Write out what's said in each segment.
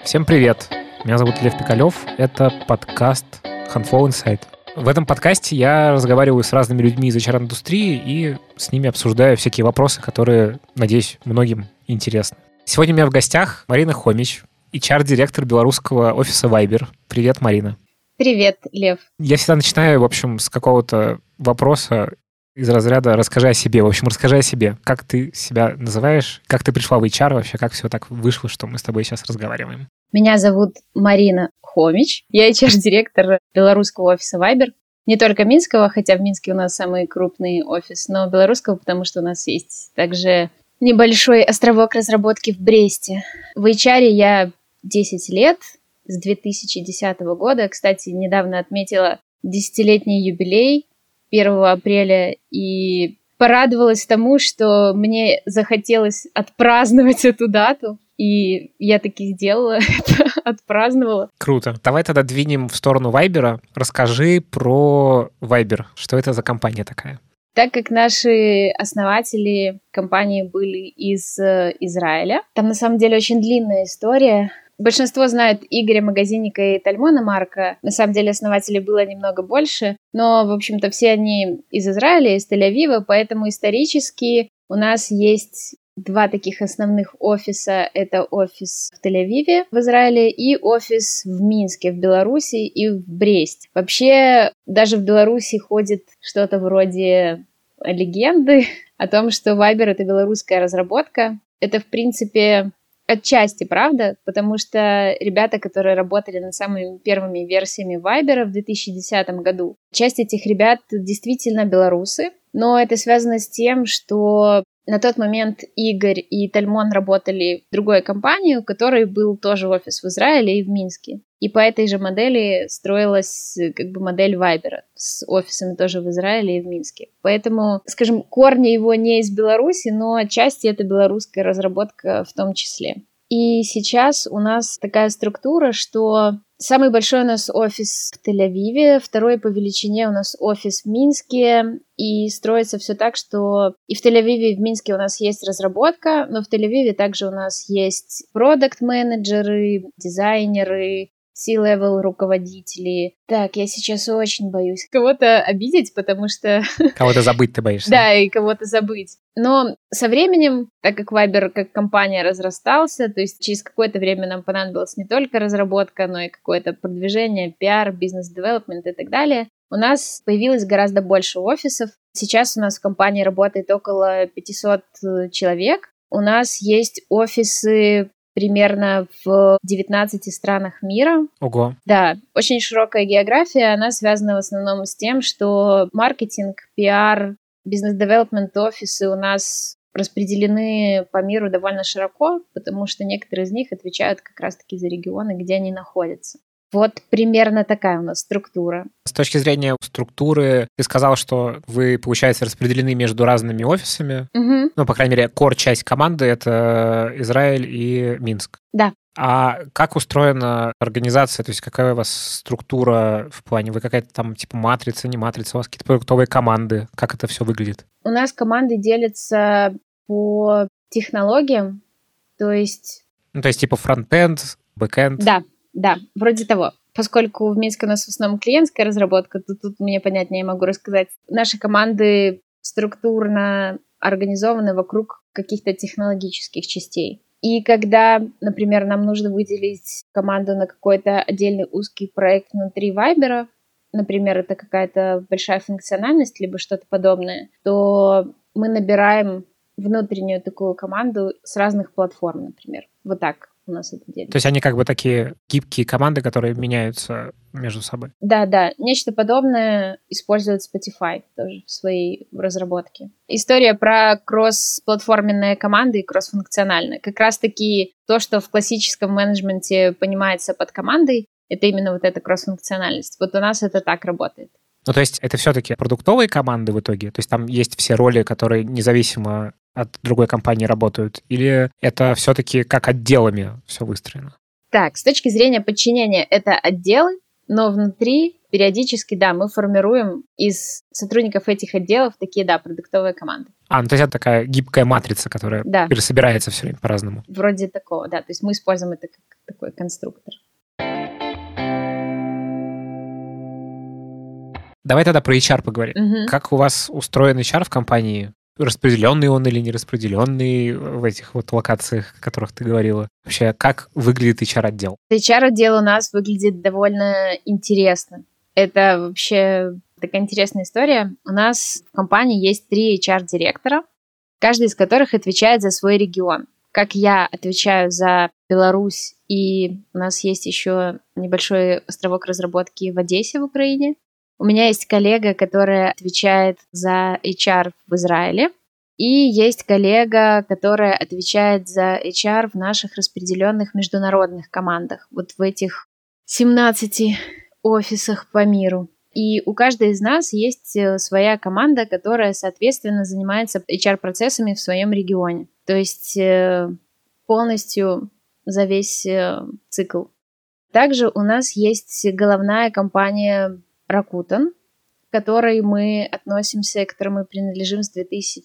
Всем привет! Меня зовут Лев Пикалев. Это подкаст Handful Insight. В этом подкасте я разговариваю с разными людьми из HR-индустрии и с ними обсуждаю всякие вопросы, которые, надеюсь, многим интересны. Сегодня у меня в гостях Марина Хомич, HR-директор белорусского офиса Viber. Привет, Марина. Привет, Лев. Я всегда начинаю, в общем, с какого-то вопроса из разряда «расскажи о себе». В общем, расскажи о себе. Как ты себя называешь? Как ты пришла в HR вообще? Как все так вышло, что мы с тобой сейчас разговариваем? Меня зовут Марина Хомич. Я HR-директор белорусского офиса Viber. Не только минского, хотя в Минске у нас самый крупный офис, но белорусского, потому что у нас есть также небольшой островок разработки в Бресте. В HR я 10 лет, с 2010 года. Кстати, недавно отметила 10-летний юбилей 1 апреля и порадовалась тому, что мне захотелось отпраздновать эту дату. И я таки сделала это, отпраздновала. Круто. Давай тогда двинем в сторону Вайбера. Расскажи про Viber. Что это за компания такая? Так как наши основатели компании были из Израиля, там на самом деле очень длинная история. Большинство знают Игоря Магазинника и Тальмона Марка. На самом деле основателей было немного больше, но, в общем-то, все они из Израиля, из Тель-Авива, поэтому исторически у нас есть два таких основных офиса. Это офис в Тель-Авиве, в Израиле, и офис в Минске, в Беларуси и в Бресте. Вообще, даже в Беларуси ходит что-то вроде легенды о том, что Viber — это белорусская разработка. Это, в принципе, отчасти правда, потому что ребята, которые работали над самыми первыми версиями Viber в 2010 году, часть этих ребят действительно белорусы, но это связано с тем, что на тот момент Игорь и Тальмон работали в другой компании, у которой был тоже офис в Израиле и в Минске. И по этой же модели строилась модель Viber с офисами тоже в Израиле и в Минске. Поэтому, скажем, корни его не из Беларуси, но отчасти это белорусская разработка в том числе. И сейчас у нас такая структура, что самый большой у нас офис в Тель-Авиве, второй по величине у нас офис в Минске, и строится все так, что и в Тель-Авиве, и в Минске у нас есть разработка, но в Тель-Авиве также у нас есть продакт-менеджеры, дизайнеры, C-level руководители. Так, я сейчас очень боюсь кого-то обидеть, потому что... Кого-то забыть ты боишься. Да, и кого-то забыть. Но со временем, так как Viber как компания разрастался, то есть через какое-то время нам понадобилась не только разработка, но и какое-то продвижение, пиар, бизнес-девелопмент и так далее, у нас появилось гораздо больше офисов. Сейчас у нас в компании работает около 500 человек. У нас есть офисы примерно в 19 странах мира. Ого. Да, очень широкая география, она связана в основном с тем, что маркетинг, пиар, бизнес-девелопмент офисы у нас распределены по миру довольно широко, потому что некоторые из них отвечают как раз-таки за регионы, где они находятся. Вот примерно такая у нас структура. С точки зрения структуры, ты сказал, что вы, получается, распределены между разными офисами. Угу. Ну, по крайней мере, часть команды — это Израиль и Минск. Да. А как устроена организация? То есть какая у вас структура в плане? Вы какая-то там типа матрица, не матрица? У вас какие-то продуктовые команды? Как это все выглядит? У нас команды делятся по технологиям, то есть... Ну, то есть типа фронт-энд, бэк-энд? Да, вроде того. Поскольку в Минске у нас в основном клиентская разработка, то тут мне понятнее могу рассказать. Наши команды структурно организованы вокруг каких-то технологических частей. И когда, например, нам нужно выделить команду на какой-то отдельный узкий проект внутри Viber, например, это какая-то большая функциональность, либо что-то подобное, то мы набираем внутреннюю такую команду с разных платформ, например. Вот так у нас это делится. То есть они как бы такие гибкие команды, которые меняются между собой? Да. Нечто подобное использует Spotify тоже в своей разработке. История про кросс-платформенные команды и кросс-функциональные. Как раз-таки то, что в классическом менеджменте понимается под командой, это именно вот эта кросс-функциональность. Вот у нас это так работает. Ну, то есть это все-таки продуктовые команды в итоге? То есть там есть все роли, которые независимо от другой компании работают? Или это все-таки как отделами все выстроено? Так, с точки зрения подчинения это отделы, но внутри периодически, да, мы формируем из сотрудников этих отделов такие, да, продуктовые команды. Ну то есть это такая гибкая матрица, которая пересобирается все время по-разному. Вроде такого, да. То есть мы используем это как такой конструктор. Давай тогда про HR поговорим. Как у вас устроен HR в компании? Распределенный он или не распределенный в этих вот локациях, о которых ты говорила? Вообще, как выглядит HR-отдел? HR-отдел у нас выглядит довольно интересно. Это вообще такая интересная история. У нас в компании есть 3 HR-директора, каждый из которых отвечает за свой регион. Как я отвечаю за Беларусь, и у нас есть еще небольшой островок разработки в Одессе, в Украине. У меня есть коллега, которая отвечает за HR в Израиле, и есть коллега, которая отвечает за HR в наших распределенных международных командах, вот в этих 17 офисах по миру. И у каждой из нас есть своя команда, которая, соответственно, занимается HR-процессами в своем регионе. То есть полностью за весь цикл. Также у нас есть головная компания Rakuten, к которой мы относимся, к которой мы принадлежим с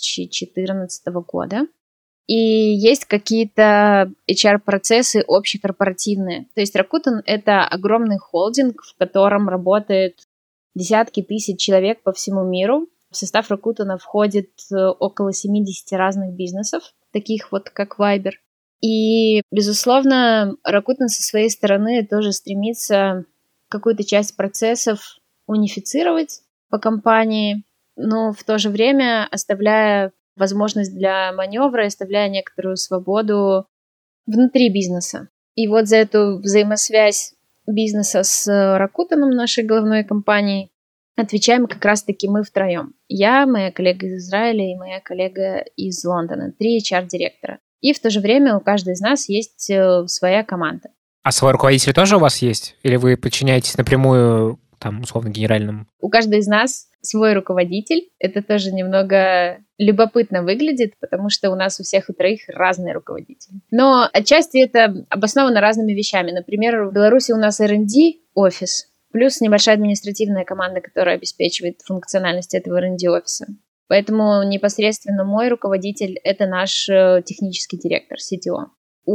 2014 года. И есть какие-то HR-процессы общекорпоративные. То есть Rakuten — это огромный холдинг, в котором работает десятки тысяч человек по всему миру. В состав Rakuten входит около 70 разных бизнесов, таких вот как Viber. И, безусловно, Rakuten со своей стороны тоже стремится какую-то часть процессов унифицировать по компании, но в то же время оставляя возможность для маневра, оставляя некоторую свободу внутри бизнеса. И вот за эту взаимосвязь бизнеса с Rakuten, нашей головной компанией, отвечаем как раз-таки мы втроем. Я, моя коллега из Израиля и моя коллега из Лондона. 3 HR-директора. И в то же время у каждой из нас есть своя команда. А свой руководитель тоже у вас есть? Или вы подчиняетесь напрямую, там, условно, генеральному? У каждой из нас свой руководитель. Это тоже немного любопытно выглядит, потому что у нас у всех у троих разные руководители. Но отчасти это обосновано разными вещами. Например, в Беларуси у нас R&D офис, плюс небольшая административная команда, которая обеспечивает функциональность этого R&D офиса. Поэтому непосредственно мой руководитель — это наш технический директор, CTO.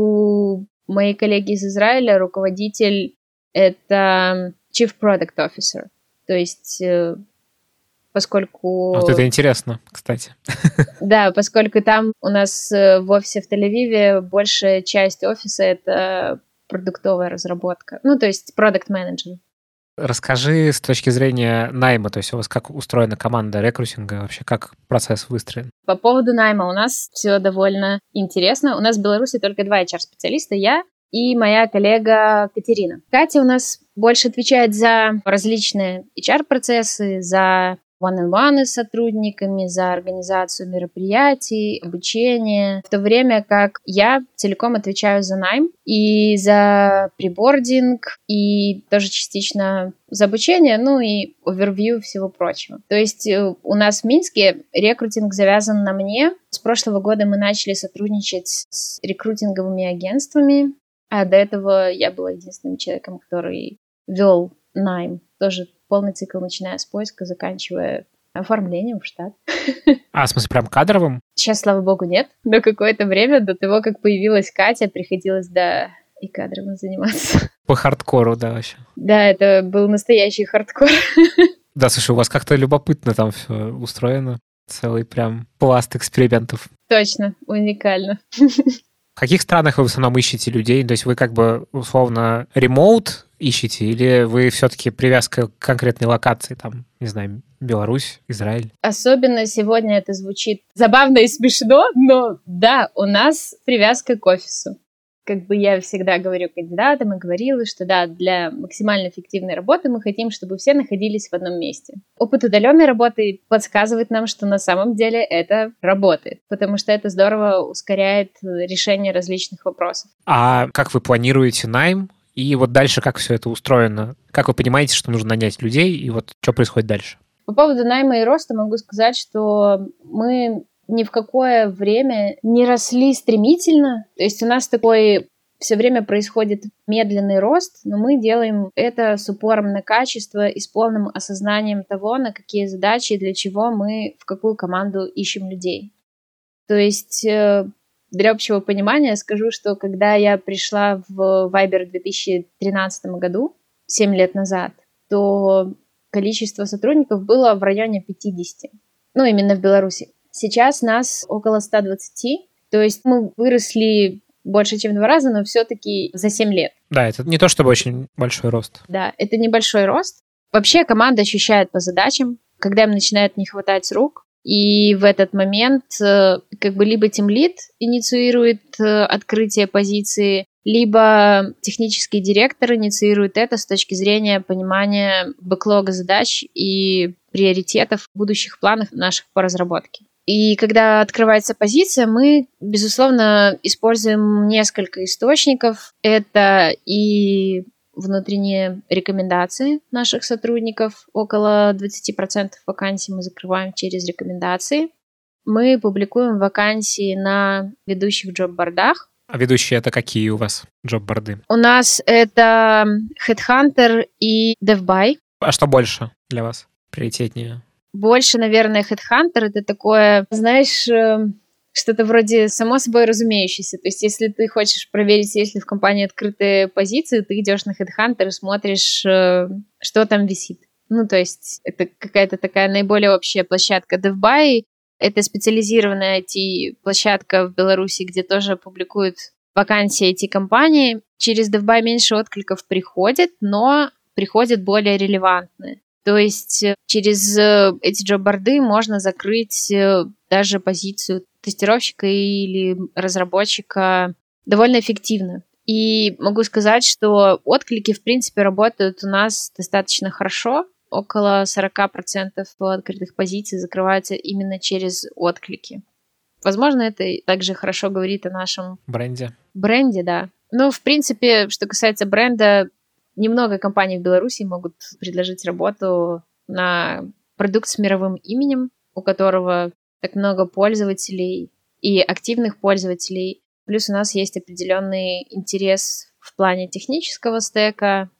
У моей коллеги из Израиля руководитель — это Chief Product Officer. То есть, поскольку... Вот это интересно, кстати. Да, поскольку там у нас в офисе в Тель-Авиве большая часть офиса — это продуктовая разработка. Ну, то есть Product Manager. Расскажи с точки зрения найма, то есть у вас как устроена команда рекрутинга, вообще как процесс выстроен? По поводу найма у нас все довольно интересно. У нас в Беларуси только 2 HR-специалиста, я и моя коллега Катерина. Катя у нас больше отвечает за различные HR-процессы, за one-on-one с сотрудниками, за организацию мероприятий, обучение, в то время как я целиком отвечаю за найм и за прибординг, и тоже частично за обучение, ну и овервью всего прочего. То есть у нас в Минске рекрутинг завязан на мне. С прошлого года мы начали сотрудничать с рекрутинговыми агентствами, а до этого я была единственным человеком, который вел найм. Тоже полный цикл, начиная с поиска, заканчивая оформлением в штат. А, в смысле, прям кадровым? Сейчас, слава богу, нет. Но какое-то время до того, как появилась Катя, приходилось, да, и кадровым заниматься. По хардкору, да, вообще. Да, это был настоящий хардкор. Да, слушай, у вас как-то любопытно там все устроено. Целый прям пласт экспериментов. Точно, уникально. В каких странах вы в основном ищете людей? То есть вы как бы условно ремоут ищете или вы все-таки привязка к конкретной локации, там, не знаю, Беларусь, Израиль? Особенно сегодня это звучит забавно и смешно, но да, у нас привязка к офису. Как бы я всегда говорю кандидатам и говорила, что да, для максимально эффективной работы мы хотим, чтобы все находились в одном месте. Опыт удаленной работы подсказывает нам, что на самом деле это работает, потому что это здорово ускоряет решение различных вопросов. А как вы планируете найм? И вот дальше как все это устроено? Как вы понимаете, что нужно нанять людей, и вот что происходит дальше? По поводу найма и роста могу сказать, что мы ни в какое время не росли стремительно. То есть у нас такой все время происходит медленный рост, но мы делаем это с упором на качество и с полным осознанием того, на какие задачи и для чего мы в какую команду ищем людей. То есть для общего понимания скажу, что когда я пришла в Viber в 2013 году, 7 лет назад, то количество сотрудников было в районе 50. Ну, именно в Беларуси. Сейчас нас около 120, то есть мы выросли больше, чем в 2 раза, но все-таки за 7 лет. Да, это не то чтобы очень большой рост. Да, это небольшой рост. Вообще команда ощущает по задачам, когда им начинает не хватать рук. И в этот момент как бы либо тимлид инициирует открытие позиции, либо технический директор инициирует это с точки зрения понимания бэклога задач и приоритетов в будущих планах наших по разработке. И когда открывается позиция, мы, безусловно, используем несколько источников. Это и внутренние рекомендации наших сотрудников. Около 20% вакансий мы закрываем через рекомендации. Мы публикуем вакансии на ведущих джоб-бордах. А ведущие это какие у вас джоб-борды? У нас это Headhunter и DevBuy. А что больше для вас? Приоритетнее? Больше, наверное, Headhunter — это такое, знаешь, что-то вроде само собой разумеющееся. То есть если ты хочешь проверить, есть ли в компании открытые позиции, ты идешь на Headhunter и смотришь, что там висит. Ну, то есть это какая-то такая наиболее общая площадка. DevBuy — это специализированная IT-площадка в Беларуси, где тоже публикуют вакансии IT-компании. Через DevBuy меньше откликов приходит, но приходят более релевантные. То есть через эти джоб-борды можно закрыть даже позицию тестировщика или разработчика довольно эффективно. И могу сказать, что отклики, в принципе, работают у нас достаточно хорошо. Около 40% открытых позиций закрываются именно через отклики. Возможно, это также хорошо говорит о нашем бренде, да. Но, в принципе, что касается бренда, немного компаний в Беларуси могут предложить работу на продукт с мировым именем, у которого так много пользователей и активных пользователей. Плюс у нас есть определенный интерес в плане технического стека.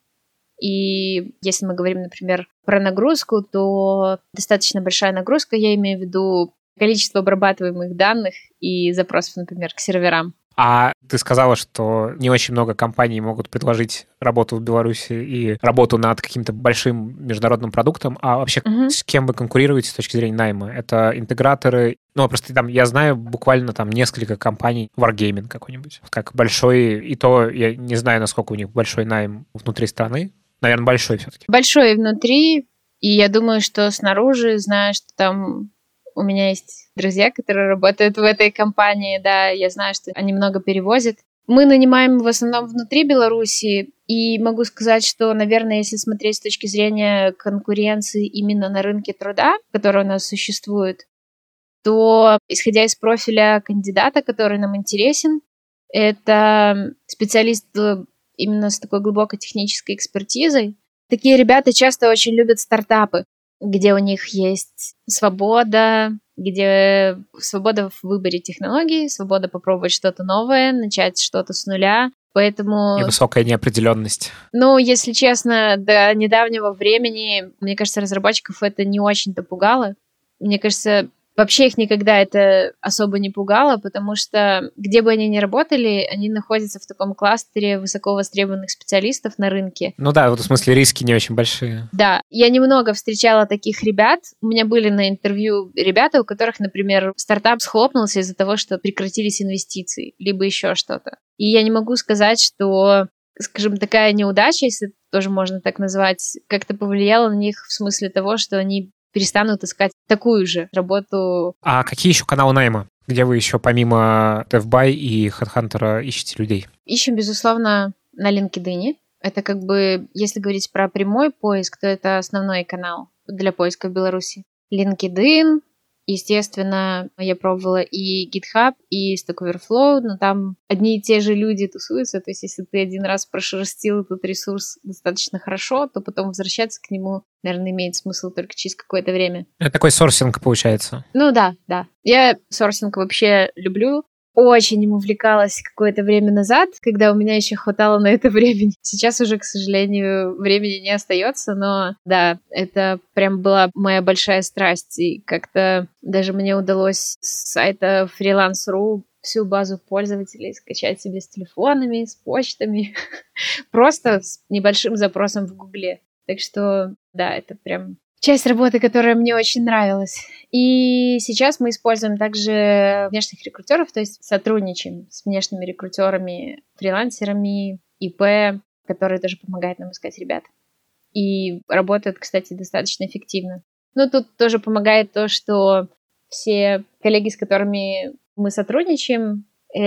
И если мы говорим, например, про нагрузку, то достаточно большая нагрузка, я имею в виду количество обрабатываемых данных и запросов, например, к серверам. А ты сказала, что не очень много компаний могут предложить работу в Беларуси и работу над каким-то большим международным продуктом. А вообще с кем вы конкурируете с точки зрения найма? Это интеграторы? Ну, просто там я знаю буквально там несколько компаний, Wargaming какой-нибудь, как большой, и то я не знаю, насколько у них большой найм внутри страны. Наверное, большой все-таки. Большой внутри, и я думаю, что снаружи, знаю, что там у меня есть друзья, которые работают в этой компании, да, я знаю, что они много перевозят. Мы нанимаем в основном внутри Беларуси, и могу сказать, что, наверное, если смотреть с точки зрения конкуренции именно на рынке труда, который у нас существует, то, исходя из профиля кандидата, который нам интересен, это специалист именно с такой глубокой технической экспертизой. Такие ребята часто очень любят стартапы, где у них есть свобода, где свобода в выборе технологий, свобода попробовать что-то новое, начать что-то с нуля. Поэтому... И высокая неопределенность. Ну, если честно, до недавнего времени, мне кажется, разработчиков это не очень-то пугало. Мне кажется, вообще их никогда это особо не пугало, потому что где бы они ни работали, они находятся в таком кластере высоко востребованных специалистов на рынке. Ну да, вот в смысле риски не очень большие. Да, я немного встречала таких ребят. У меня были на интервью ребята, у которых, например, стартап схлопнулся из-за того, что прекратились инвестиции, либо еще что-то. И я не могу сказать, что, скажем, такая неудача, если тоже можно так назвать, как-то повлияла на них в смысле того, что они перестанут искать такую же работу. А какие еще каналы найма? Где вы еще помимо DevBuy и HeadHunter ищете людей? Ищем, безусловно, на LinkedIn. Это как бы, если говорить про прямой поиск, то это основной канал для поиска в Беларуси. LinkedIn, естественно, я пробовала и GitHub, и Stack Overflow, но там одни и те же люди тусуются, то есть если ты один раз прошерстил этот ресурс достаточно хорошо, то потом возвращаться к нему, наверное, имеет смысл только через какое-то время. Это такой сорсинг получается. Ну да. Я сорсинг вообще люблю. очень им увлекалась какое-то время назад, когда у меня еще хватало на это времени. Сейчас уже, к сожалению, времени не остается, но да, это прям была моя большая страсть. И как-то даже мне удалось с сайта freelance.ru всю базу пользователей скачать себе с телефонами, с почтами, просто с небольшим запросом в Гугле. Так что, да, это прям часть работы, которая мне очень нравилась. И сейчас мы используем также внешних рекрутеров, то есть сотрудничаем с внешними рекрутерами, фрилансерами, ИП, которые тоже помогают нам искать ребят. И работают, кстати, достаточно эффективно. Но тут тоже помогает то, что все коллеги, с которыми мы сотрудничаем,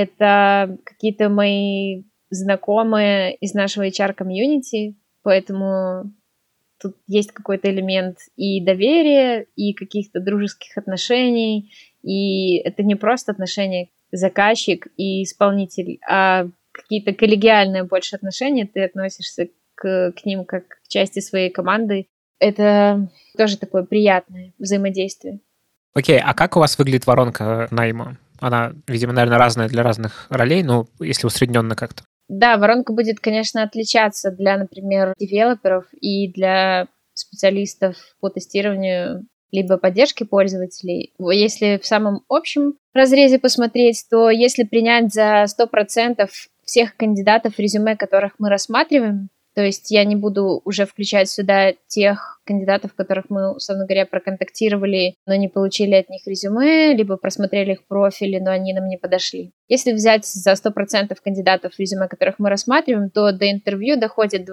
это какие-то мои знакомые из нашего HR-комьюнити, поэтому тут есть какой-то элемент и доверия, и каких-то дружеских отношений, и это не просто отношения заказчик и исполнитель, а какие-то коллегиальные больше отношения, ты относишься к ним как к части своей команды. Это тоже такое приятное взаимодействие. Окей, а как у вас выглядит воронка найма? Она, видимо, наверное, разная для разных ролей, но если усредненно как-то. Да, воронка будет, конечно, отличаться для, например, девелоперов и для специалистов по тестированию либо поддержке пользователей. Если в самом общем разрезе посмотреть, то если принять за 100% всех кандидатов, резюме которых мы рассматриваем, то есть я не буду уже включать сюда тех кандидатов, которых мы, условно говоря, проконтактировали, но не получили от них резюме, либо просмотрели их профили, но они нам не подошли. Если взять за 100% кандидатов, резюме которых мы рассматриваем, то до интервью доходит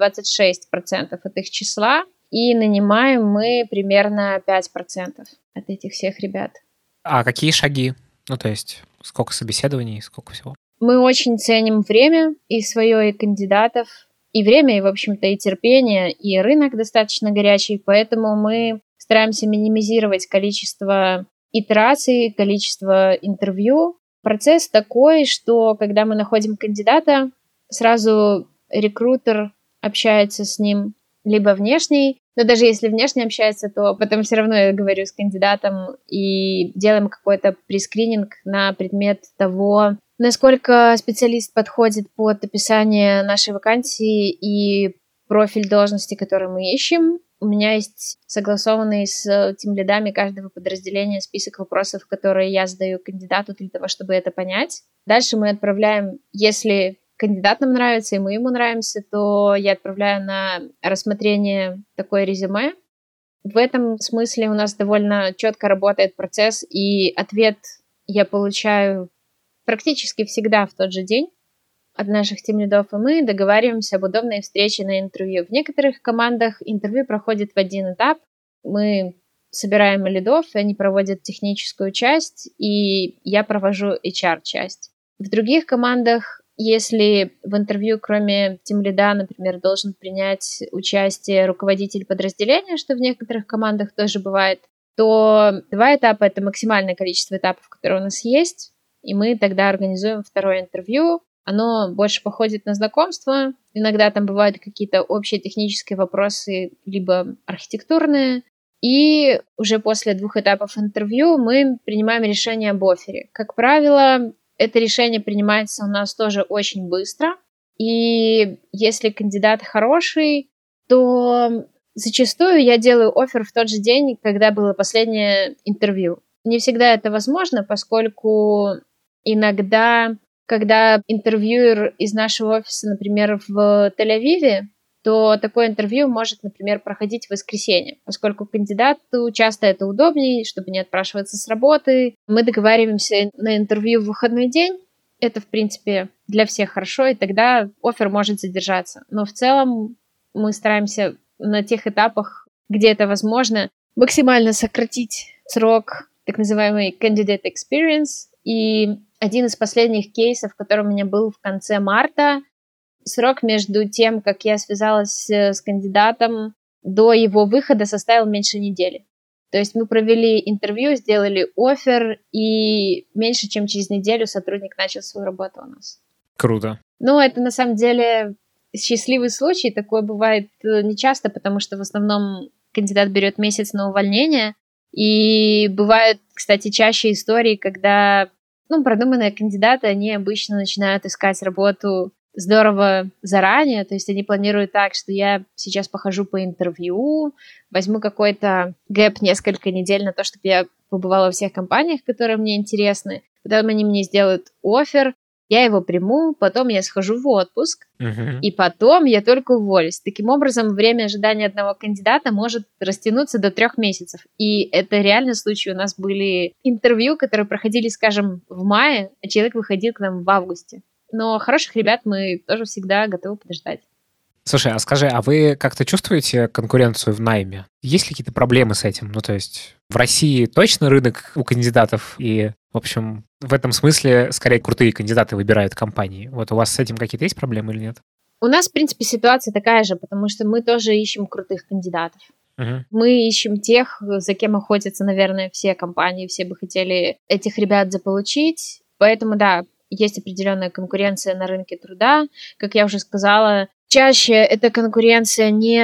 26% от их числа, и нанимаем мы примерно 5% от этих всех ребят. А какие шаги? Ну, то есть сколько собеседований, сколько всего? Мы очень ценим время и свое, и кандидатов. И время, и, в общем-то, и терпение, и рынок достаточно горячий, поэтому мы стараемся минимизировать количество итераций, количество интервью. Процесс такой, что когда мы находим кандидата, сразу рекрутер общается с ним, либо внешний, но даже если внешне общается, то потом все равно я говорю с кандидатом и делаем какой-то прескрининг на предмет того, насколько специалист подходит под описание нашей вакансии и профиль должности, который мы ищем. У меня есть согласованный с тимлидами каждого подразделения список вопросов, которые я задаю кандидату для того, чтобы это понять. Дальше мы отправляем, если кандидат нам нравится и мы ему нравимся, то я отправляю на рассмотрение такое резюме. В этом смысле у нас довольно четко работает процесс, и ответ я получаю практически всегда в тот же день от наших тимлидов, и мы договариваемся об удобной встрече на интервью. В некоторых командах интервью проходит в один этап. Мы собираем лидов, они проводят техническую часть, и я провожу HR-часть. В других командах, если в интервью, кроме тимлида, например, должен принять участие руководитель подразделения, что в некоторых командах тоже бывает, то 2 этапа — это максимальное количество этапов, которые у нас есть, и мы тогда организуем второе интервью. Оно больше походит на знакомство. Иногда там бывают какие-то общие технические вопросы, либо архитектурные. И уже после 2 этапов интервью мы принимаем решение об оффере. Как правило, это решение принимается у нас тоже очень быстро. И если кандидат хороший, то зачастую я делаю оффер в тот же день, когда было последнее интервью. Не всегда это возможно, поскольку иногда, когда интервьюер из нашего офиса, например, в Тель-Авиве, то такое интервью может, например, проходить в воскресенье, поскольку кандидату часто это удобнее, чтобы не отпрашиваться с работы. Мы договариваемся на интервью в выходной день. Это, в принципе, для всех хорошо, и тогда оффер может задержаться. Но в целом мы стараемся на тех этапах, где это возможно, максимально сократить срок так называемый candidate experience. И один из последних кейсов, который у меня был в конце марта, срок между тем, как я связалась с кандидатом, до его выхода составил меньше недели. То есть мы провели интервью, сделали оффер, и меньше чем через неделю сотрудник начал свою работу у нас. Круто. Ну, это на самом деле счастливый случай. Такое бывает нечасто, потому что в основном кандидат берет месяц на увольнение. И бывают, кстати, чаще истории, когда продуманные кандидаты, они обычно начинают искать работу здорово заранее, то есть они планируют так, что я сейчас похожу по интервью, возьму какой-то гэп несколько недель на то, чтобы я побывала во всех компаниях, которые мне интересны, потом они мне сделают оффер, я его приму, потом я схожу в отпуск, и потом я только уволюсь. Таким образом, время ожидания одного кандидата может растянуться до 3 месяцев. И это реально случай. У нас были интервью, которые проходили, скажем, в мае, а человек выходил к нам в августе. Но хороших ребят мы тоже всегда готовы подождать. Слушай, а скажи, а вы как-то чувствуете конкуренцию в найме? Есть ли какие-то проблемы с этим? Ну, то есть в России точно рынок у кандидатов, и, в общем, в этом смысле скорее крутые кандидаты выбирают компании. Вот у вас с этим какие-то есть проблемы или нет? У нас, в принципе, ситуация такая же, потому что мы тоже ищем крутых кандидатов. Мы ищем тех, за кем охотятся, наверное, все компании, все бы хотели этих ребят заполучить. Поэтому, да, есть определенная конкуренция на рынке труда. Как я уже сказала, чаще эта конкуренция не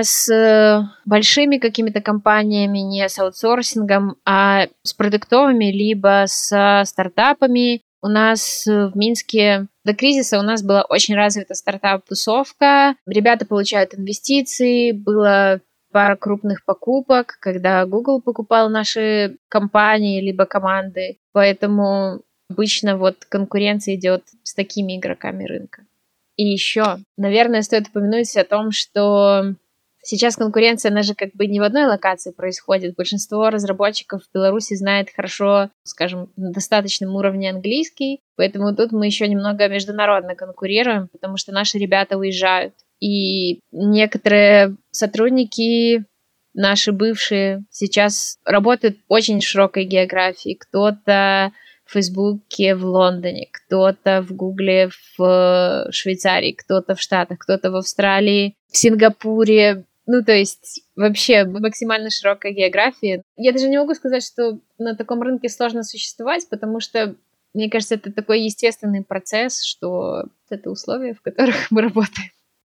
с большими какими-то компаниями, не с аутсорсингом, а с продуктовыми, либо с стартапами. У нас в Минске до кризиса у нас была очень развита стартап-тусовка. Ребята получают инвестиции, было пара крупных покупок, когда Google покупал наши компании либо команды. Поэтому обычно вот конкуренция идет с такими игроками рынка. И еще, наверное, стоит упомянуть о том, что сейчас конкуренция, она же как бы не в одной локации происходит. Большинство разработчиков в Беларуси знает хорошо, скажем, на достаточном уровне английский, поэтому тут мы еще немного международно конкурируем, потому что наши ребята уезжают. И некоторые сотрудники, наши бывшие, сейчас работают в очень широкой географии. Кто-то в Фейсбуке в Лондоне, кто-то в Гугле в Швейцарии, кто-то в Штатах, кто-то в Австралии, в Сингапуре. Ну, то есть вообще максимально широкая география. Я даже не могу сказать, что на таком рынке сложно существовать, потому что, мне кажется, это такой естественный процесс, что это условия, в которых мы работаем.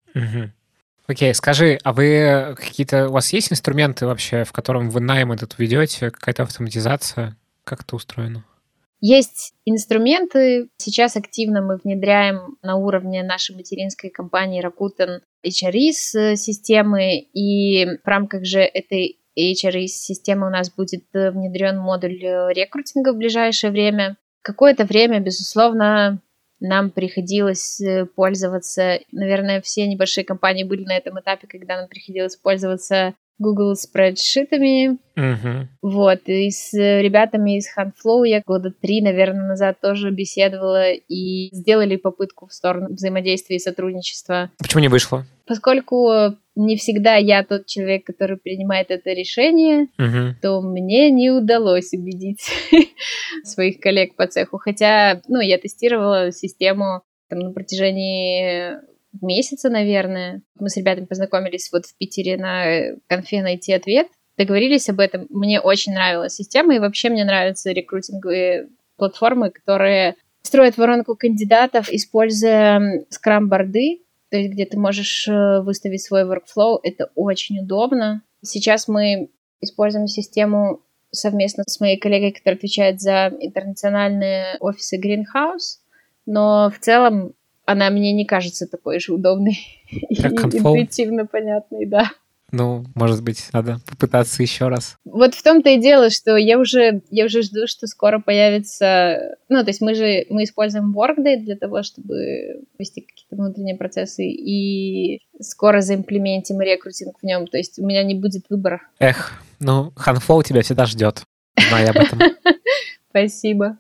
Окей, скажи, а вы у вас есть инструменты вообще, в котором вы найм этот ведете, какая-то автоматизация? Как это устроено? Есть инструменты. Сейчас активно мы внедряем на уровне нашей материнской компании Rakuten HRIS-системы, и в рамках же этой HRIS-системы у нас будет внедрен модуль рекрутинга в ближайшее время. Какое-то время, безусловно, нам приходилось пользоваться, наверное, все небольшие компании были на этом этапе, когда нам приходилось пользоваться Google спредшитами. Вот, и с ребятами из HandFlow я года 3, наверное, назад тоже беседовала и сделали попытку в сторону взаимодействия и сотрудничества. Почему не вышло? Поскольку не всегда я тот человек, который принимает это решение, то мне не удалось убедить своих коллег по цеху. Хотя, я тестировала систему на протяжении месяца, наверное. Мы с ребятами познакомились вот в Питере на конфе «Найти ответ». Договорились об этом. Мне очень нравилась система, и вообще мне нравятся рекрутинговые платформы, которые строят воронку кандидатов, используя скрам-борды, то есть где ты можешь выставить свой workflow. Это очень удобно. Сейчас мы используем систему совместно с моей коллегой, которая отвечает за интернациональные офисы Greenhouse, но в целом она мне не кажется такой же удобной и интуитивно понятной, да. Может быть, надо попытаться еще раз. Вот в том-то и дело, что я уже жду, что скоро появится... то есть мы используем Workday для того, чтобы вести какие-то внутренние процессы, и скоро заимплементим рекрутинг в нем, то есть у меня не будет выбора. HandFlow тебя всегда ждет. Знаю об этом. Спасибо.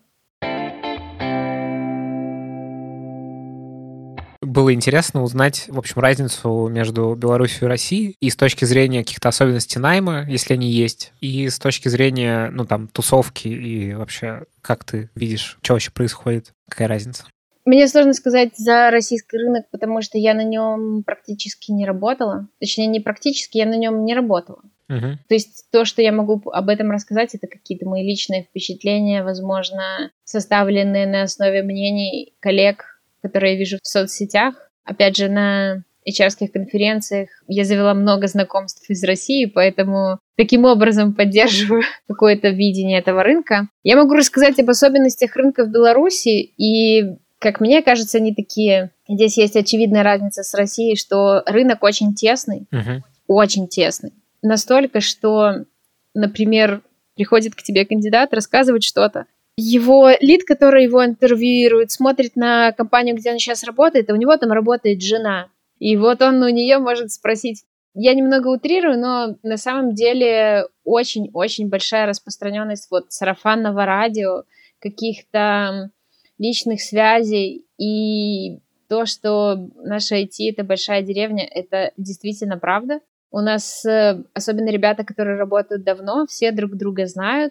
Было интересно узнать, в общем, разницу между Беларусью и Россией и с точки зрения каких-то особенностей найма, если они есть, и с точки зрения, тусовки и вообще, как ты видишь, что вообще происходит, какая разница? Мне сложно сказать за российский рынок, потому что я на нем практически не работала. Точнее, не практически, я на нем не работала. То есть то, что я могу об этом рассказать, это какие-то мои личные впечатления, возможно, составленные на основе мнений коллег, которые я вижу в соцсетях. Опять же, на HR-ских конференциях я завела много знакомств из России, поэтому таким образом поддерживаю какое-то видение этого рынка. Я могу рассказать об особенностях рынка в Беларуси, и, как мне кажется, они такие. Здесь есть очевидная разница с Россией, что рынок очень тесный, очень тесный. Настолько, что, например, приходит к тебе кандидат, рассказывает что-то. Его лид, который его интервьюирует, смотрит на компанию, где он сейчас работает, а у него там работает жена. И вот он у нее может спросить, я немного утрирую, но на самом деле очень-очень большая распространенность вот сарафанного радио, каких-то личных связей, и то, что наша IT — это большая деревня, это действительно правда. У нас, особенно ребята, которые работают давно, все друг друга знают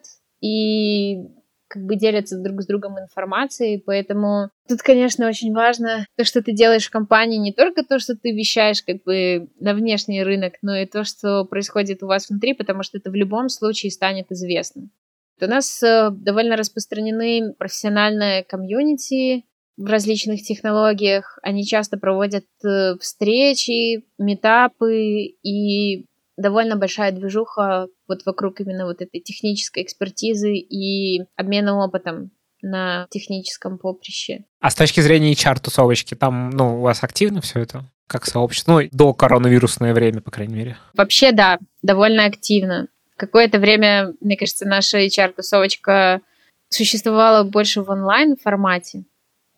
и как бы делятся друг с другом информацией, поэтому тут, конечно, очень важно то, что ты делаешь в компании, не только то, что ты вещаешь как бы на внешний рынок, но и то, что происходит у вас внутри, потому что это в любом случае станет известно. У нас довольно распространены профессиональные комьюнити в различных технологиях, они часто проводят встречи, митапы, и довольно большая движуха вот вокруг именно вот этой технической экспертизы и обмена опытом на техническом поприще. А с точки зрения HR-тусовочки, там, у вас активно все это? Как сообщество? До коронавирусное время, по крайней мере. Вообще, да, довольно активно. Какое-то время, мне кажется, наша HR-тусовочка существовала больше в онлайн-формате,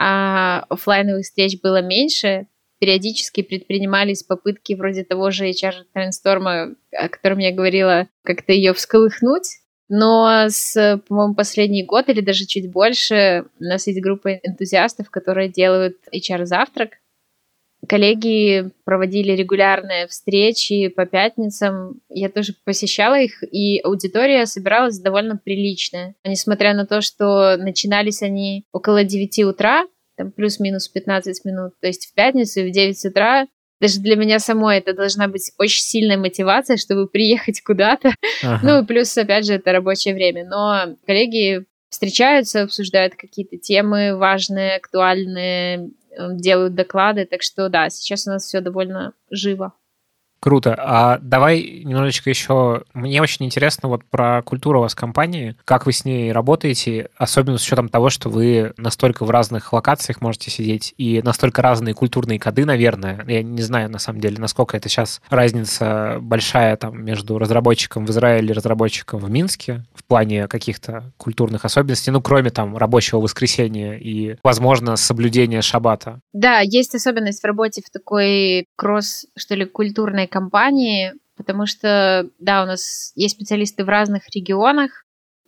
а офлайновых встреч было меньше. Периодически предпринимались попытки вроде того же HR-трендсторма, о котором я говорила, как-то ее всколыхнуть. Но по-моему, последний год или даже чуть больше у нас есть группа энтузиастов, которые делают HR-завтрак. Коллеги проводили регулярные встречи по пятницам. Я тоже посещала их, и аудитория собиралась довольно приличная. Несмотря на то, что начинались они около 9 утра, там плюс-минус 15 минут, то есть в пятницу и в 9 утра. Даже для меня самой это должна быть очень сильная мотивация, чтобы приехать куда-то. Ага. И плюс, опять же, это рабочее время. Но коллеги встречаются, обсуждают какие-то темы важные, актуальные, делают доклады. Так что да, сейчас у нас все довольно живо. Круто. А давай немножечко еще... Мне очень интересно вот про культуру у вас в компании. Как вы с ней работаете, особенно с учетом того, что вы настолько в разных локациях можете сидеть и настолько разные культурные коды, наверное. Я не знаю, на самом деле, насколько это сейчас разница большая там между разработчиком в Израиле и разработчиком в Минске в плане каких-то культурных особенностей, кроме там рабочего воскресенья и, возможно, соблюдения шаббата. Да, есть особенность в работе в такой культурной компании, потому что, да, у нас есть специалисты в разных регионах,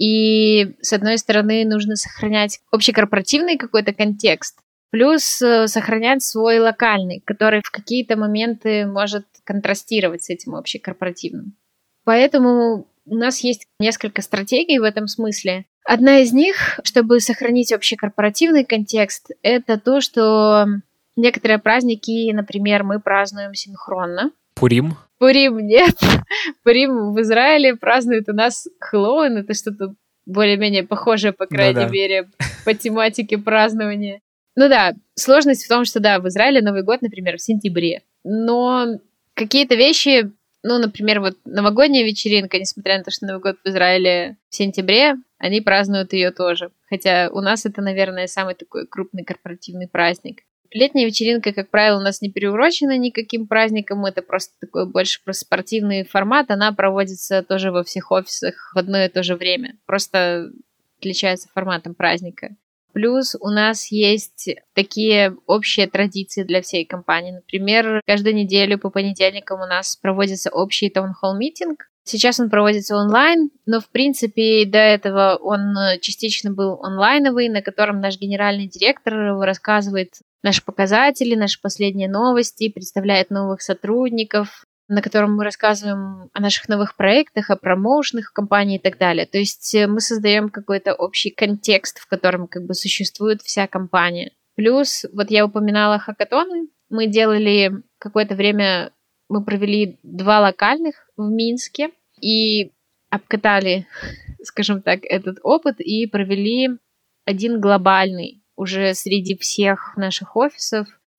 и, с одной стороны, нужно сохранять общекорпоративный какой-то контекст, плюс сохранять свой локальный, который в какие-то моменты может контрастировать с этим общекорпоративным. Поэтому у нас есть несколько стратегий в этом смысле. Одна из них, чтобы сохранить общекорпоративный контекст, это то, что некоторые праздники, например, мы празднуем синхронно. Пурим? Пурим нет. Пурим в Израиле празднуют у нас Хэллоуин. Это что-то более-менее похожее, по крайней мере, по тематике празднования. Сложность в том, что, в Израиле Новый год, например, в сентябре. Но какие-то вещи, например, вот новогодняя вечеринка, несмотря на то, что Новый год в Израиле в сентябре, они празднуют ее тоже. Хотя у нас это, наверное, самый такой крупный корпоративный праздник. Летняя вечеринка, как правило, у нас не приурочена никаким праздником, это просто такой больше спортивный формат, она проводится тоже во всех офисах в одно и то же время, просто отличается форматом праздника. Плюс у нас есть такие общие традиции для всей компании. Например, каждую неделю по понедельникам у нас проводится общий таунхолл-митинг. Сейчас он проводится онлайн, но, в принципе, до этого он частично был онлайновый, на котором наш генеральный директор рассказывает наши показатели, наши последние новости, представляет новых сотрудников, на котором мы рассказываем о наших новых проектах, о промоушенах компании и так далее. То есть мы создаем какой-то общий контекст, в котором как бы существует вся компания. Плюс, вот я упоминала хакатоны, мы делали какое-то время, мы провели 2 локальных в Минске и обкатали, скажем так, этот опыт и провели 1 глобальный уже среди всех наших офисов.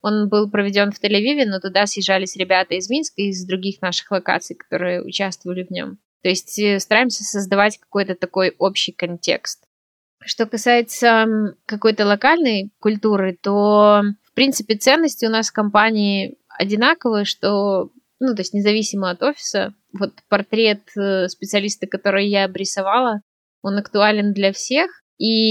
Он был проведен в Тель-Авиве, но туда съезжались ребята из Минска и из других наших локаций, которые участвовали в нем. То есть стараемся создавать какой-то такой общий контекст. Что касается какой-то локальной культуры, то, в принципе, ценности у нас в компании одинаковые, что, то есть независимо от офиса, вот портрет специалиста, который я обрисовала, он актуален для всех,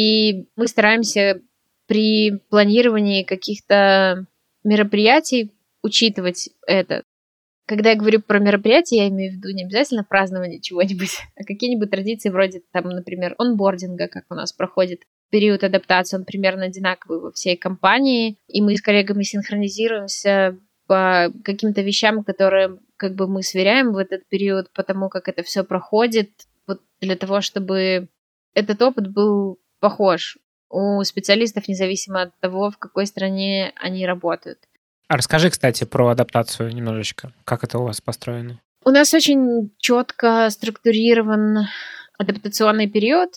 и мы стараемся при планировании каких-то мероприятий учитывать это. Когда я говорю про мероприятия, я имею в виду не обязательно празднование чего-нибудь, а какие-нибудь традиции вроде, например, онбординга, как у нас проходит период адаптации, он примерно одинаковый во всей компании, и мы с коллегами синхронизируемся по каким-то вещам, которые мы сверяем в этот период, потому как это все проходит, вот для того, чтобы этот опыт был похож у специалистов, независимо от того, в какой стране они работают. А расскажи, кстати, про адаптацию немножечко. Как это у вас построено? У нас очень четко структурирован адаптационный период.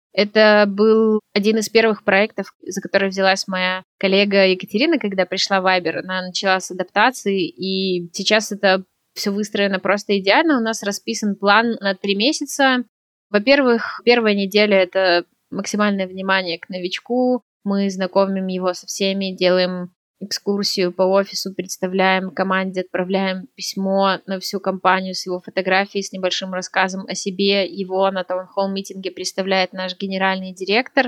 Это был один из первых проектов, за который взялась моя коллега Екатерина, когда пришла в Viber. Она начала с адаптации, и сейчас это все выстроено просто идеально. У нас расписан план на 3 месяца. Во-первых, первая неделя — это максимальное внимание к новичку. Мы знакомим его со всеми, делаем экскурсию по офису, представляем команде, отправляем письмо на всю компанию с его фотографией, с небольшим рассказом о себе. Его на таунхолл-митинге представляет наш генеральный директор,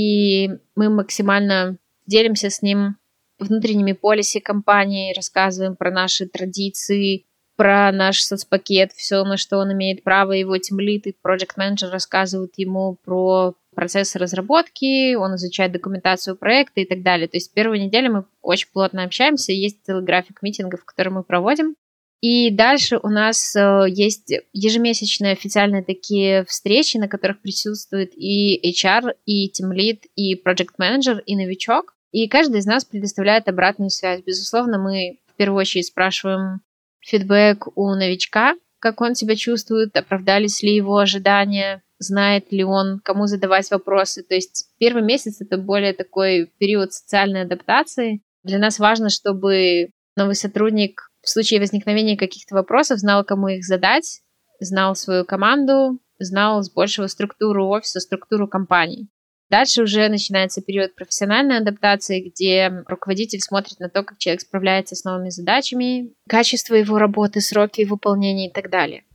и мы максимально делимся с ним внутренними полиси компании, рассказываем про наши традиции, про наш соцпакет, все, на что он имеет право. Его тимлид и проект-менеджер рассказывают ему про процесс разработки, он изучает документацию проекта и так далее. То есть первую неделю мы очень плотно общаемся, есть целый график митингов, которые мы проводим. И дальше у нас есть ежемесячные официальные такие встречи, на которых присутствует и HR, и тимлид, и проект-менеджер, и новичок. И каждый из нас предоставляет обратную связь. Безусловно, мы в первую очередь спрашиваем фидбэк у новичка, как он себя чувствует, оправдались ли его ожидания, знает ли он, кому задавать вопросы. То есть первый месяц — это более такой период социальной адаптации. Для нас важно, чтобы новый сотрудник в случае возникновения каких-то вопросов знал, кому их задать, знал свою команду, знал с большего структуру офиса, структуру компании. Дальше уже начинается период профессиональной адаптации, где руководитель смотрит на то, как человек справляется с новыми задачами, качество его работы, сроки выполнения и так далее.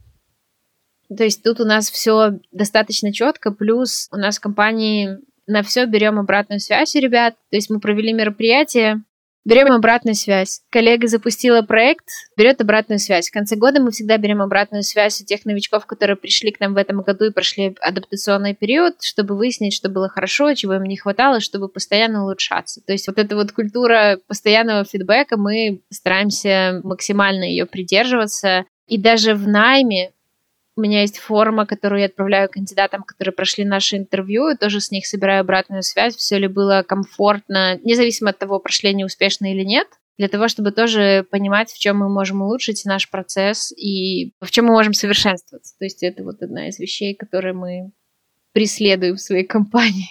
То есть тут у нас все достаточно четко, плюс у нас в компании на все берем обратную связь у ребят. То есть мы провели мероприятие, берем обратную связь. Коллега запустила проект, берет обратную связь. В конце года мы всегда берем обратную связь у тех новичков, которые пришли к нам в этом году и прошли адаптационный период, чтобы выяснить, что было хорошо, чего им не хватало, чтобы постоянно улучшаться. То есть вот эта вот культура постоянного фидбэка, мы стараемся максимально ее придерживаться. И даже в найме у меня есть форма, которую я отправляю кандидатам, которые прошли наше интервью, и тоже с них собираю обратную связь, все ли было комфортно, независимо от того, прошли они успешно или нет, для того, чтобы тоже понимать, в чем мы можем улучшить наш процесс и в чем мы можем совершенствоваться. То есть это вот одна из вещей, которые мы преследуем в своей компании.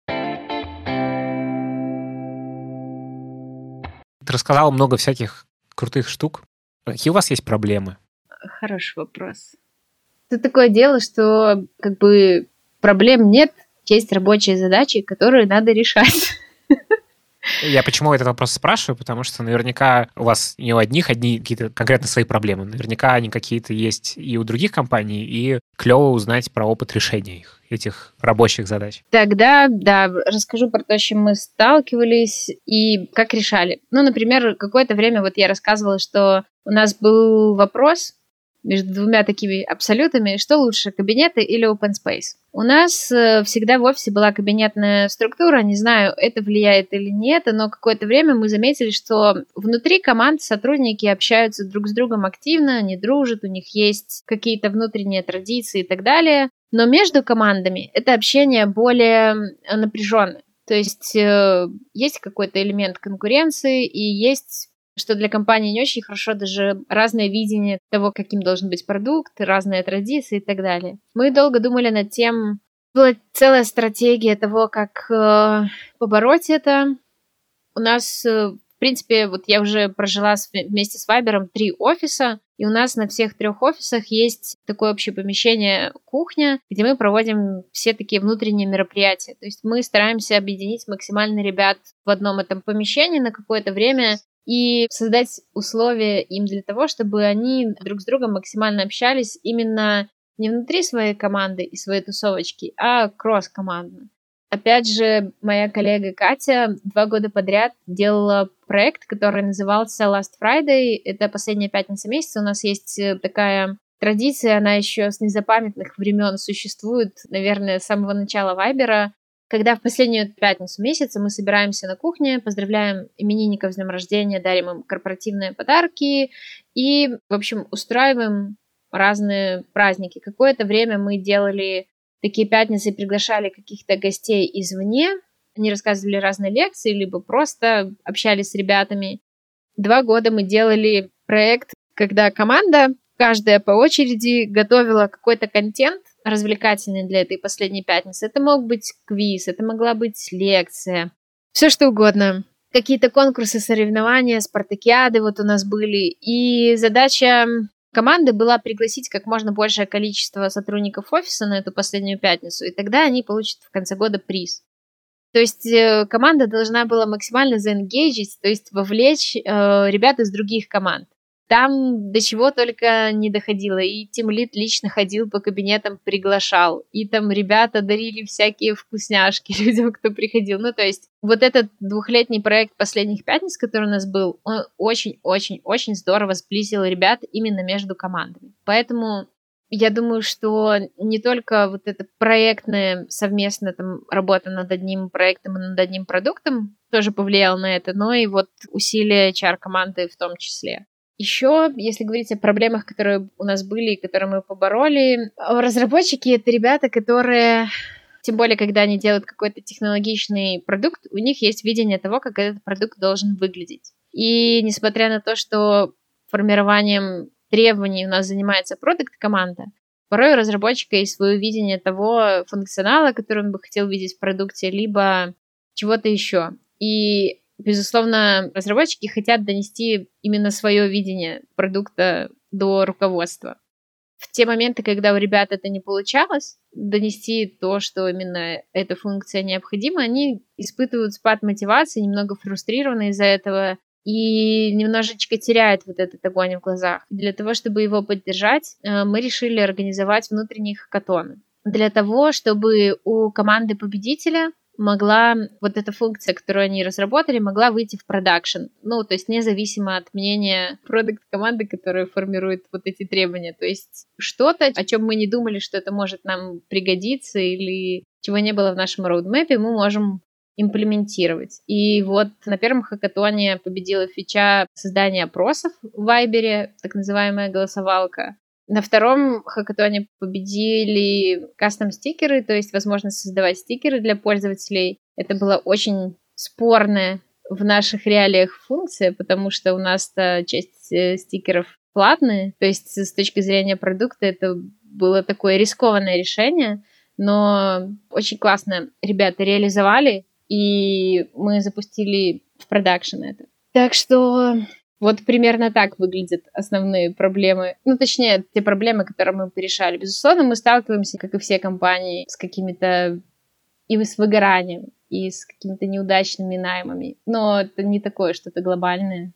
Ты рассказала много всяких крутых штук. Какие у вас есть проблемы? Хороший вопрос. Тут такое дело, что проблем нет, есть рабочие задачи, которые надо решать. Я почему этот вопрос спрашиваю? Потому что наверняка у вас не у одних одни какие-то конкретно свои проблемы. Наверняка они какие-то есть и у других компаний, и клево узнать про опыт решения их, этих рабочих задач. Тогда, да, расскажу про то, с чем мы сталкивались и как решали. Например, какое-то время я рассказывала, что у нас был вопрос между двумя такими абсолютами, что лучше, кабинеты или open space. У нас всегда в офисе была кабинетная структура, не знаю, это влияет или нет, но какое-то время мы заметили, что внутри команд сотрудники общаются друг с другом активно, они дружат, у них есть какие-то внутренние традиции и так далее, но между командами это общение более напряженное. То есть есть какой-то элемент конкуренции и есть, что для компании не очень хорошо, даже разное видение того, каким должен быть продукт, разные традиции и так далее. Мы долго думали над тем, была целая стратегия того, как побороть это. У нас, в принципе, вот я уже прожила вместе с Вайбером 3 офиса, и у нас на всех 3 офисах есть такое общее помещение, кухня, где мы проводим все такие внутренние мероприятия. То есть мы стараемся объединить максимально ребят в одном этом помещении на какое-то время и создать условия им для того, чтобы они друг с другом максимально общались именно не внутри своей команды и своей тусовочки, а кросс-командно. Опять же, моя коллега Катя 2 года подряд делала проект, который назывался Last Friday. Это последняя пятница месяца. У нас есть такая традиция, она еще с незапамятных времен существует, наверное, с самого начала Вайбера, когда в последнюю пятницу месяца мы собираемся на кухне, поздравляем именинников с днем рождения, дарим им корпоративные подарки и, в общем, устраиваем разные праздники. Какое-то время мы делали такие пятницы, приглашали каких-то гостей извне, они рассказывали разные лекции, либо просто общались с ребятами. 2 года мы делали проект, когда команда, каждая по очереди, готовила какой-то контент развлекательный для этой последней пятницы. Это мог быть квиз, это могла быть лекция, все что угодно. Какие-то конкурсы, соревнования, спартакиады вот у нас были. И задача команды была пригласить как можно большее количество сотрудников офиса на эту последнюю пятницу, и тогда они получат в конце года приз. То есть команда должна была максимально заэнгейджить, то есть вовлечь ребят из других команд. Там до чего только не доходило. И тимлид лично ходил по кабинетам, приглашал. И там ребята дарили всякие вкусняшки людям, кто приходил. Ну, то есть вот этот 2-летний проект последних пятниц, который у нас был, он очень-очень-очень здорово сблизил ребят именно между командами. Поэтому я думаю, что не только вот эта проектная совместная там работа над одним проектом и над одним продуктом тоже повлияла на это, но и вот усилия HR-команды в том числе. Еще, если говорить о проблемах, которые у нас были и которые мы побороли, разработчики — это ребята, которые, тем более, когда они делают какой-то технологичный продукт, у них есть видение того, как этот продукт должен выглядеть. И несмотря на то, что формированием требований у нас занимается продакт-команда, порой у разработчика есть свое видение того функционала, который он бы хотел видеть в продукте, либо чего-то еще. И безусловно, разработчики хотят донести именно свое видение продукта до руководства. В те моменты, когда у ребят это не получалось, донести то, что именно эта функция необходима, они испытывают спад мотивации, немного фрустрированы из-за этого и немножечко теряют вот этот огонь в глазах. Для того, чтобы его поддержать, мы решили организовать внутренние хакатоны. Для того, чтобы у команды победителя могла вот эта функция, которую они разработали, могла выйти в продакшн. Ну, то есть независимо от мнения продакт-команды, которая формирует вот эти требования. То есть что-то, о чем мы не думали, что это может нам пригодиться или чего не было в нашем роудмэпе, мы можем имплементировать. И вот на первом хакатоне победила фича создания опросов в Вайбере, так называемая голосовалка. На втором хакатоне победили кастом-стикеры, то есть возможность создавать стикеры для пользователей. Это была очень спорная в наших реалиях функция, потому что у нас-то часть стикеров платные, то есть с точки зрения продукта это было такое рискованное решение, но очень классно ребята реализовали, и мы запустили в продакшн это. Так что вот примерно так выглядят основные проблемы. Ну, точнее, те проблемы, которые мы порешали. Безусловно, мы сталкиваемся, как и все компании, с какими-то и с выгоранием, и с какими-то неудачными наймами. Но это не такое что-то глобальное.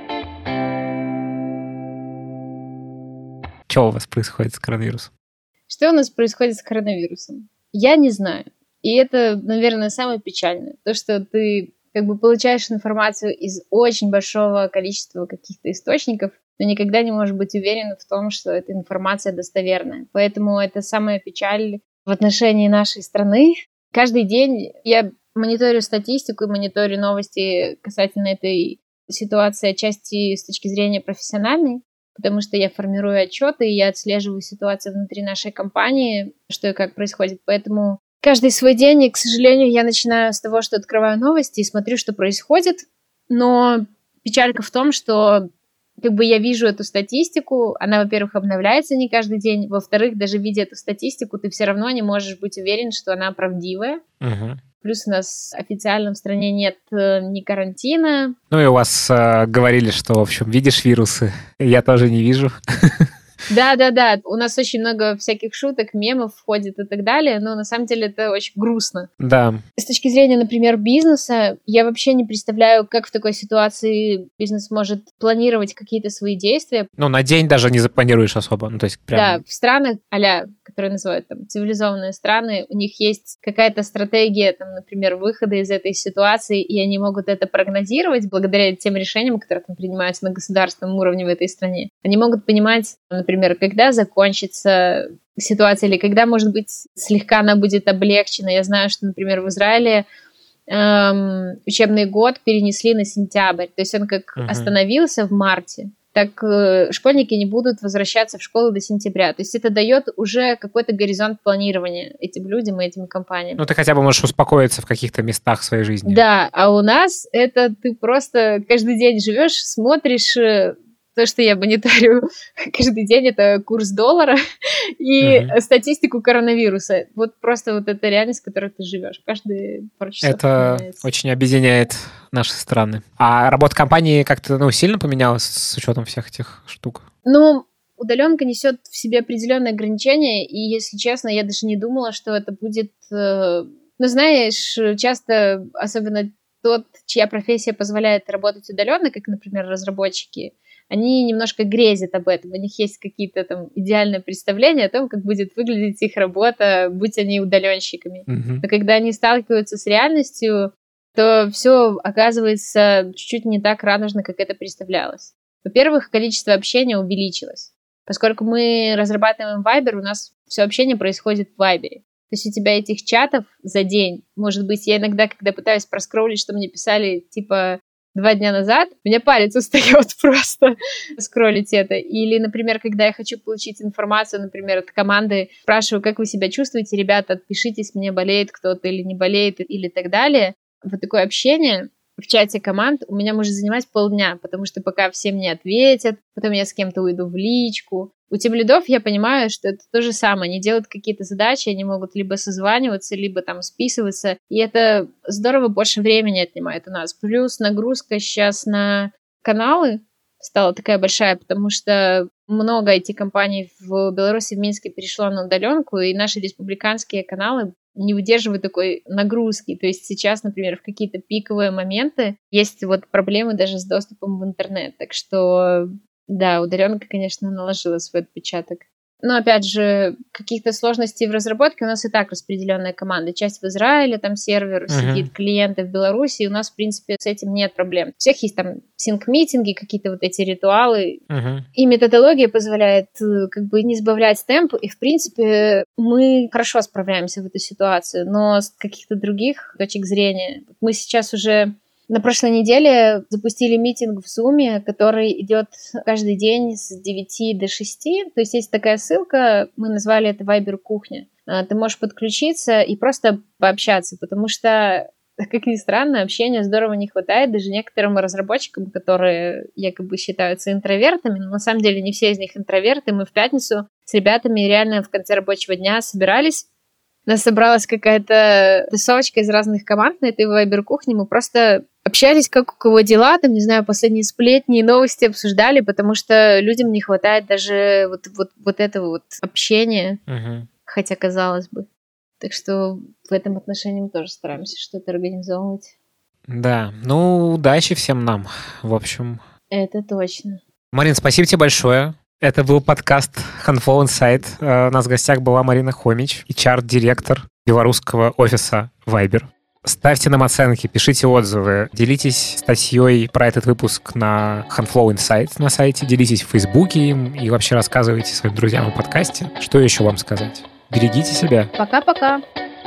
Что у вас происходит с коронавирусом? Что у нас происходит с коронавирусом? Я не знаю. И это, наверное, самое печальное. То, что ты как бы получаешь информацию из очень большого количества каких-то источников, но никогда не можешь быть уверен в том, что эта информация достоверная. Поэтому это самая печаль в отношении нашей страны. Каждый день я мониторю статистику и мониторю новости касательно этой ситуации отчасти с точки зрения профессиональной, потому что я формирую отчеты, и я отслеживаю ситуацию внутри нашей компании, что и как происходит. Поэтому каждый свой день, и, к сожалению, я начинаю с того, что открываю новости и смотрю, что происходит. Но печалька в том, что как бы я вижу эту статистику, она, во-первых, обновляется не каждый день, во-вторых, даже видя эту статистику, ты все равно не можешь быть уверен, что она правдивая. Плюс у нас официально в стране нет ни карантина. Ну и у вас говорили, что, в общем, видишь вирусы. Я тоже не вижу. Да, у нас очень много всяких шуток, мемов входит и так далее, но на самом деле это очень грустно. Да. С точки зрения, например, бизнеса, я вообще не представляю, как в такой ситуации бизнес может планировать какие-то свои действия. Ну, на день даже не запланируешь особо. Ну, то есть прям... Да, в странах, которые называют там цивилизованные страны, у них есть какая-то стратегия, там, например, выхода из этой ситуации, и они могут это прогнозировать благодаря тем решениям, которые там принимаются на государственном уровне в этой стране. Они могут понимать, например, когда закончится ситуация или когда, может быть, слегка она будет облегчена. Я знаю, что, например, в Израиле учебный год перенесли на сентябрь, то есть он как остановился в марте, так школьники не будут возвращаться в школу до сентября. То есть это дает уже какой-то горизонт планирования этим людям и этим компаниям. Ну, ты хотя бы можешь успокоиться в каких-то местах своей жизни. Да, а у нас это ты просто каждый день живешь, смотришь то, что я мониторю каждый день, это курс доллара и статистику коронавируса. Вот просто вот эта реальность, в которой ты живешь. Каждые пару часов это меняется. Очень объединяет наши страны. А работа компании как-то сильно поменялась с учетом всех этих штук? Ну, удаленка несет в себе определенные ограничения, и, если честно, я даже не думала, что это будет... Ну, знаешь, часто, особенно тот, чья профессия позволяет работать удаленно, как, например, разработчики, они немножко грезят об этом, у них есть какие-то там идеальные представления о том, как будет выглядеть их работа, будь они удаленщиками. Но когда они сталкиваются с реальностью, то все оказывается чуть-чуть не так радужно, как это представлялось. Во-первых, количество общения увеличилось. Поскольку мы разрабатываем Viber, у нас все общение происходит в Viber. То есть у тебя этих чатов за день, может быть, я иногда, когда пытаюсь проскроллить, что мне писали, типа, 2 дня назад, у меня палец устает просто скроллить это. Или, например, когда я хочу получить информацию, например, от команды, спрашиваю, как вы себя чувствуете, ребята, отпишитесь, мне болеет кто-то или не болеет, или так далее. Вот такое общение в чате команд у меня может занимать полдня, потому что пока все мне ответят, потом я с кем-то уйду в личку. У тимлидов я понимаю, что это то же самое. Они делают какие-то задачи, они могут либо созваниваться, либо там списываться. И это здорово больше времени отнимает у нас. Плюс нагрузка сейчас на каналы стала такая большая, потому что много IT-компаний в Беларуси, в Минске перешло на удаленку, и наши республиканские каналы не выдерживают такой нагрузки. То есть сейчас, например, в какие-то пиковые моменты есть вот проблемы даже с доступом в интернет. Так что, да, удаленка, конечно, наложила свой отпечаток. Но, опять же, каких-то сложностей в разработке у нас и так распределенная команда. Часть в Израиле, там сервер сидит, клиенты в Беларуси, и у нас, в принципе, с этим нет проблем. У всех есть там синк-митинги, какие-то вот эти ритуалы. И методология позволяет как бы не сбавлять темп, и, в принципе, мы хорошо справляемся в этой ситуации. Но с каких-то других точек зрения мы сейчас уже... На прошлой неделе запустили митинг в Zoom, который идет каждый день с 9 до 6. То есть есть такая ссылка, мы назвали это Viber кухня. Ты можешь подключиться и просто пообщаться, потому что, как ни странно, общения здорово не хватает даже некоторым разработчикам, которые якобы считаются интровертами, но на самом деле не все из них интроверты. Мы в пятницу с ребятами реально в конце рабочего дня собирались. У нас собралась какая-то тусовочка из разных команд на этой Viber-кухне. Мы просто общались, как у кого дела, там, не знаю, последние сплетни и новости обсуждали, потому что людям не хватает даже вот этого вот общения, хотя казалось бы. Так что в этом отношении мы тоже стараемся что-то организовывать. Да, ну, удачи всем нам, в общем. Это точно. Марин, спасибо тебе большое. Это был подкаст Handful Insight. У нас в гостях была Марина Хомич, HR-директор белорусского офиса Viber. Ставьте нам оценки, пишите отзывы, делитесь статьей про этот выпуск на Handful Insight на сайте, делитесь в Фейсбуке им и вообще рассказывайте своим друзьям о подкасте. Что еще вам сказать? Берегите себя. Пока-пока.